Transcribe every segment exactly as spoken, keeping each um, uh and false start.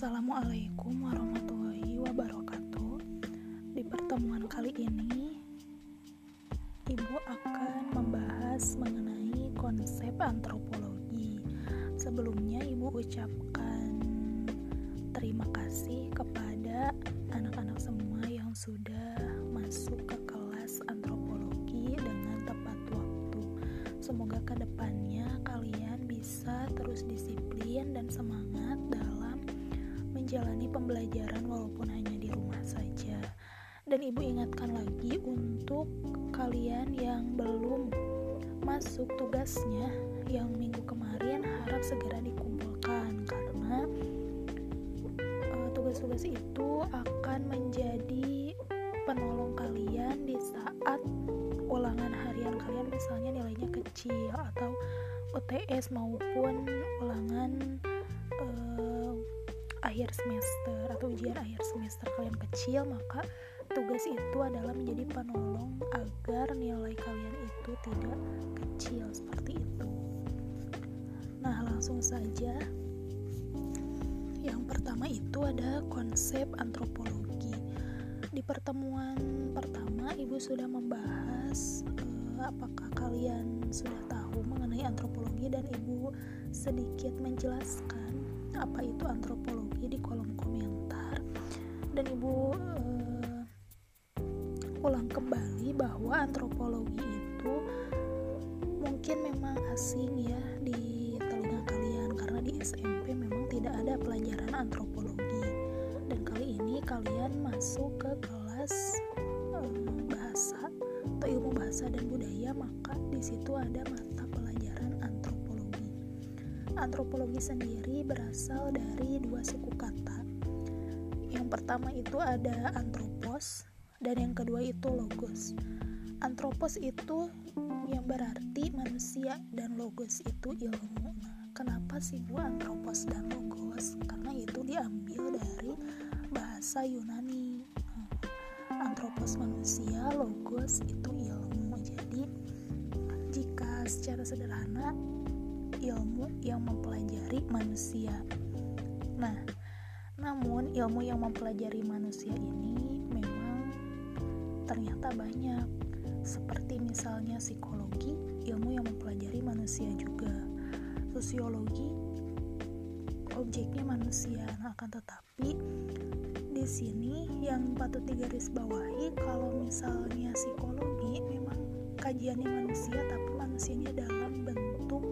Assalamualaikum warahmatullahi wabarakatuh. Di pertemuan kali ini, Ibu akan membahas mengenai konsep antropologi. Sebelumnya, Ibu ucapkan terima kasih kepada anak-anak semua yang sudah masuk ke kelas antropologi dengan tepat waktu. Semoga kedepannya kalian bisa terus disiplin dan semangat dalam menjalani pembelajaran walaupun hanya di rumah saja. Dan Ibu ingatkan lagi untuk kalian yang belum masuk tugasnya yang minggu kemarin harap segera dikumpulkan, karena uh, tugas-tugas itu akan menjadi penolong kalian di saat ulangan harian kalian misalnya nilainya kecil, atau U T S maupun ulangan uh, akhir semester atau ujian akhir semester kalian kecil, maka tugas itu adalah menjadi penolong agar nilai kalian itu tidak kecil seperti itu. Nah, langsung saja. Yang pertama itu ada konsep antropologi. Di pertemuan pertama, Ibu sudah membahas eh, apakah kalian sudah tahu mengenai antropologi, dan Ibu sedikit menjelaskan apa itu antropologi di kolom komentar. Dan Ibu uh, ulang kembali bahwa antropologi itu mungkin memang asing ya di telinga kalian, karena di S M P memang tidak ada pelajaran antropologi. Dan kali ini kalian masuk ke kelas um, bahasa atau ilmu bahasa dan budaya, maka di situ ada mata pelajaran antropologi. Antropologi sendiri berasal dari dua suku kata. Yang pertama itu ada anthropos, dan yang kedua itu logos. Anthropos itu yang berarti manusia, dan logos itu ilmu. Nah, kenapa sih Bu anthropos dan logos? Karena itu diambil dari bahasa Yunani. Nah, anthropos manusia, logos itu ilmu. Jadi jika secara sederhana, ilmu yang mempelajari manusia. Nah, namun ilmu yang mempelajari manusia ini memang ternyata banyak. Seperti misalnya psikologi, ilmu yang mempelajari manusia juga. Sosiologi, objeknya manusia. Nah, akan tetapi di sini yang patut digarisbawahi, kalau misalnya psikologi memang kajiannya manusia, tapi manusianya dalam bentuk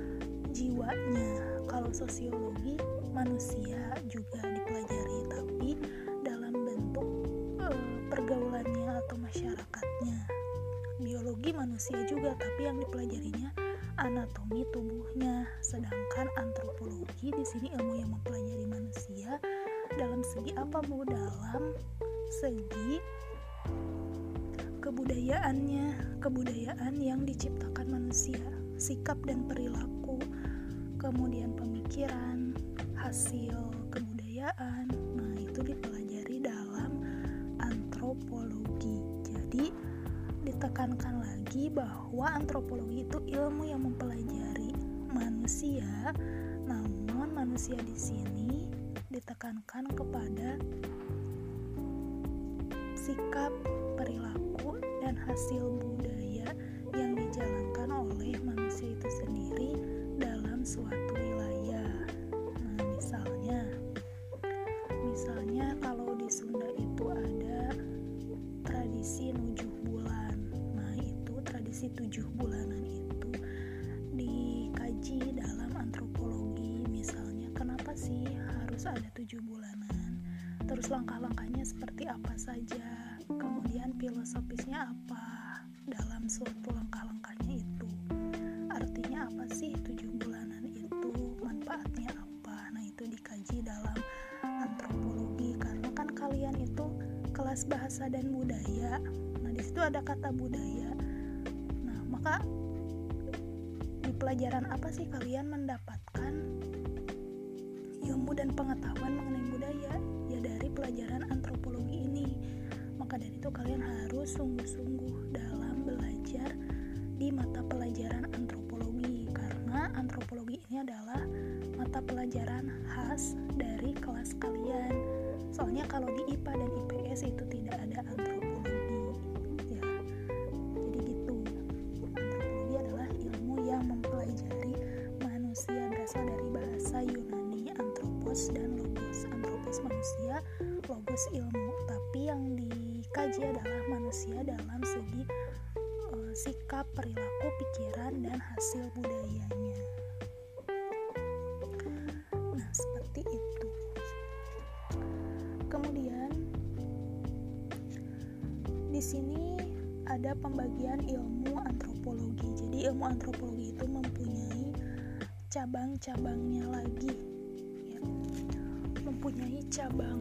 jiwanya. Kalau sosiologi, manusia juga dipelajari, tapi dalam bentuk e, pergaulannya atau masyarakatnya. Biologi manusia juga, tapi yang dipelajarinya anatomi tubuhnya. Sedangkan antropologi di sini ilmu yang mempelajari manusia dalam segi apa Bu? Dalam segi kebudayaannya, kebudayaan yang diciptakan manusia, sikap dan perilaku, kemudian pemikiran, hasil kebudayaan. Nah, itu dipelajari dalam antropologi. Jadi ditekankan lagi bahwa antropologi itu ilmu yang mempelajari manusia, namun manusia di sini ditekankan kepada sikap, perilaku, dan hasil budaya yang dijalankan oleh manusia itu sendiri dalam suatu wilayah. Nah, misalnya misalnya kalau di Sunda itu ada tradisi nujuh bulan. Nah, itu tradisi tujuh bulanan itu dikaji dalam antropologi. Misalnya, kenapa sih harus ada tujuh bulanan? Terus langkah-langkahnya seperti apa saja? Kemudian filosofisnya apa dalam suatu langkah-langkahnya itu? Artinya apa sih tujuh bulanan itu? Manfaatnya apa? Nah, itu dikaji dalam antropologi. Karena kan kalian itu kelas bahasa dan budaya. Nah, di situ ada kata budaya. Nah, maka di pelajaran apa sih kalian mendapatkan ilmu dan pengetahuan mengenai budaya? Ya dari pelajaran antropologi ini. Maka dari itu kalian harus sungguh-sungguh dalam belajar di mata pelajaran antropologi, karena antropologi ini adalah mata pelajaran khas dari kelas kalian. Soalnya kalau di I P A dan I P S itu tidak ada antropologi ya. Jadi gitu. Antropologi adalah ilmu yang mempelajari manusia, berasal dari bahasa Yunani anthropos dan logos. Anthropos manusia, logos ilmu. Tapi yang dikaji adalah manusia dalam segi e, sikap, perilaku, pikiran, dan hasil budayanya. Nah, seperti itu. Kemudian di sini ada pembagian ilmu antropologi. Jadi ilmu antropologi itu mempunyai cabang-cabangnya lagi, ya. Mempunyai cabang.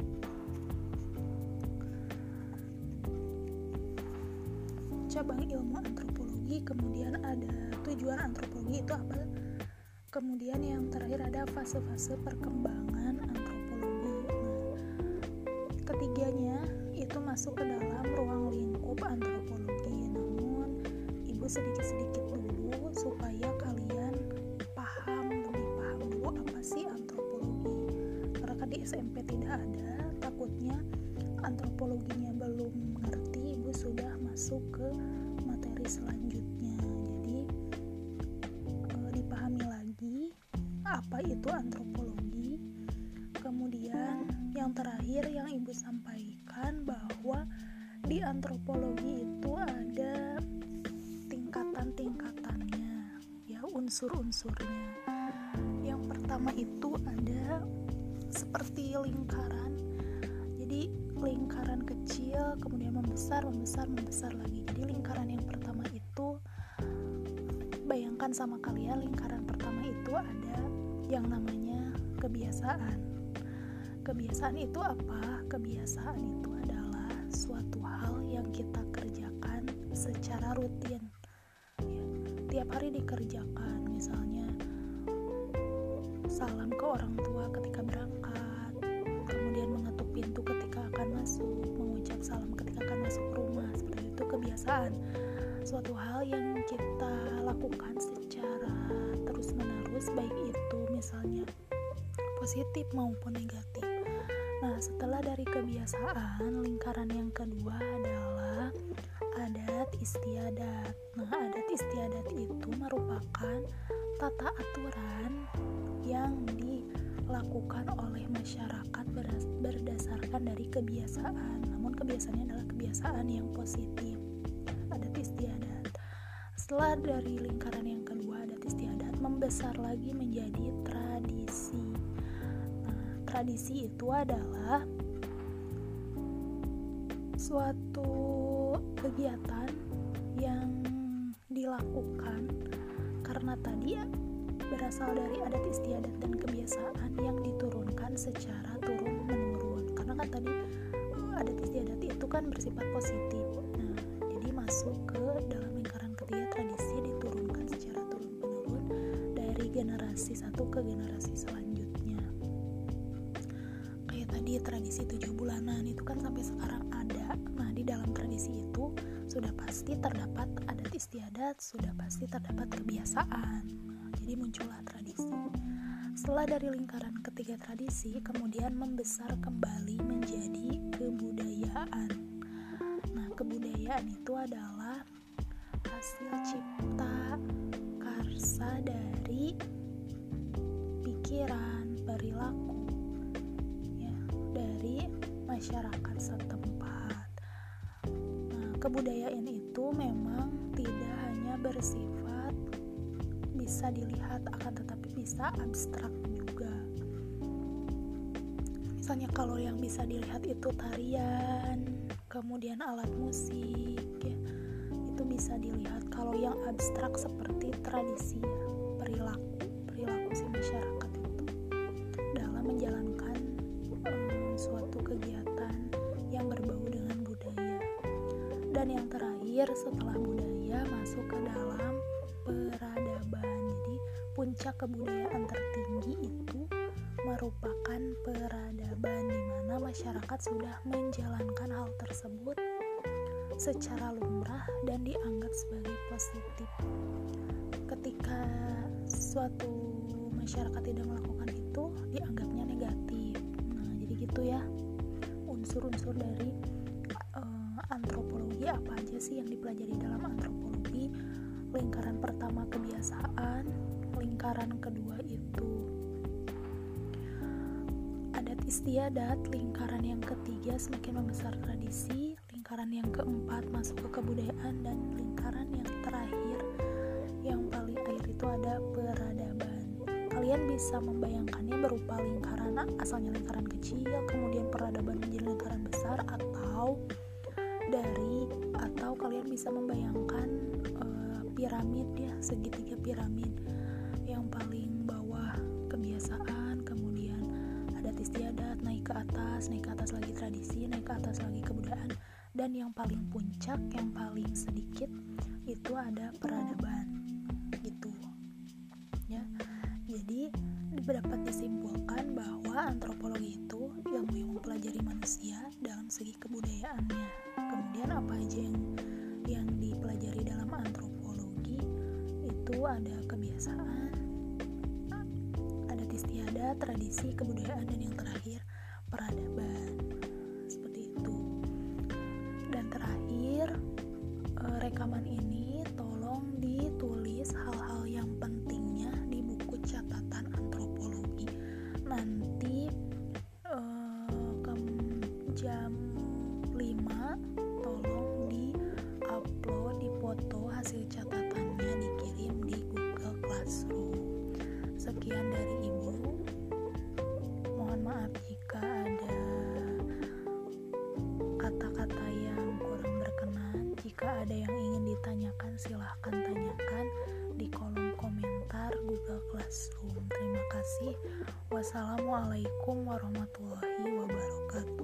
Cabang ilmu antropologi, kemudian ada tujuan antropologi itu apa? Kemudian yang terakhir ada fase-fase perkembangan antropologi. Nah, ketiganya itu masuk ke dalam ruang lingkup antropologi. Namun, Ibu sedikit-sedikit dulu supaya kalian paham, lebih paham dulu apa sih antropologi. Karena kan di S M P tidak ada, takutnya antropologinya belum mengerti, Ibu sudah masuk ke materi selanjutnya. Jadi, e, dipahami lagi apa itu antropologi. Kemudian yang terakhir yang Ibu sampaikan bahwa di antropologi itu ada tingkatan-tingkatannya, ya, unsur-unsurnya. Yang pertama itu ada seperti lingkaran. Jadi lingkaran kecil kemudian membesar, membesar, membesar lagi. Jadi lingkaran yang pertama itu, bayangkan sama kalian, lingkaran pertama itu ada yang namanya kebiasaan. Kebiasaan itu apa? Kebiasaan itu adalah suatu hal yang kita kerjakan secara rutin, ya, tiap hari dikerjakan. Misalnya salam ke orang tua ketika berangkat, kemudian mengetuk pintu ketika akan masuk, mengucap salam ketika akan masuk rumah. Seperti itu kebiasaan, suatu hal yang kita lakukan secara terus-menerus, baik itu misalnya positif maupun negatif. Nah, setelah dari kebiasaan, lingkaran yang kedua adalah adat istiadat. Nah, adat istiadat itu merupakan tata aturan yang dilakukan oleh masyarakat berdasarkan dari kebiasaan. Namun kebiasaannya adalah kebiasaan yang positif. Adat istiadat. Setelah dari lingkaran yang kedua, adat istiadat, membesar lagi menjadi tradisi. Tradisi itu adalah suatu kegiatan yang dilakukan karena tadi berasal dari adat istiadat dan kebiasaan yang diturunkan secara turun-menurun. Karena kan tadi adat istiadat itu kan bersifat positif. Nah, jadi masuk ke dalam lingkaran ketiga, tradisi diturunkan secara turun-menurun dari generasi satu ke generasi selanjutnya. Tadi tradisi tujuh bulanan itu kan sampai sekarang ada. Nah, di dalam tradisi itu sudah pasti terdapat adat istiadat, sudah pasti terdapat kebiasaan. Nah, jadi muncullah tradisi. Setelah dari lingkaran ketiga tradisi, kemudian membesar kembali menjadi kebudayaan. Nah, kebudayaan itu adalah hasil cipta karsa dari pikiran, perilaku dari masyarakat setempat. Nah, kebudayaan itu memang tidak hanya bersifat bisa dilihat, akan tetapi bisa abstrak juga. Misalnya kalau yang bisa dilihat itu tarian, kemudian alat musik, ya, itu bisa dilihat. Kalau yang abstrak seperti tradisi, ya, perilaku, perilaku si masyarakat itu dalam menjalankan suatu kegiatan yang berbau dengan budaya. Dan yang terakhir setelah budaya masuk ke dalam peradaban. Jadi puncak kebudayaan tertinggi itu merupakan peradaban, di mana masyarakat sudah menjalankan hal tersebut secara lumrah dan dianggap sebagai positif. Ketika suatu masyarakat tidak melakukan itu dianggapnya negatif. Nah, jadi gitu ya unsur-unsur dari uh, antropologi. Apa aja sih yang dipelajari dalam antropologi? Lingkaran pertama kebiasaan, lingkaran kedua itu adat istiadat, lingkaran yang ketiga semakin membesar tradisi, lingkaran yang keempat masuk ke kebudayaan, dan lingkaran yang terakhir yang paling akhir itu ada peradaban. Kalian bisa membayangkannya berupa lingkaran, asalnya lingkaran kecil, kemudian peradaban menjadi lingkaran besar, atau dari atau kalian bisa membayangkan uh, piramid ya, segitiga piramid. Yang paling bawah kebiasaan, kemudian adat istiadat, naik ke atas, naik ke atas lagi tradisi, naik ke atas lagi kebudayaan, dan yang paling puncak, yang paling sedikit itu ada peradaban gitu ya. Jadi dapat disimpulkan bahwa antropologi itu ilmu yang mempelajari manusia dalam segi kebudayaannya. Kemudian apa aja yang yang dipelajari dalam antropologi itu ada kebiasaan, adat istiadat, tradisi, kebudayaan, dan yang terakhir peradaban. Seperti itu. Dan terakhir, rekaman ini tolong ditulis hal-hal yang pentingnya di buku catatan antropologi. Nanti uh, ke jam lima tolong di-upload, dipoto hasil catatannya, dikirim di Google Classroom. Sekian dari Ibu. Mohon maaf jika ada kata-kata yang kurang berkenan. Jika ada yang ingin ditanyakan, silahkan tanyakan di kolom komentar Google Classroom. Terima kasih. Wassalamualaikum warahmatullahi wabarakatuh.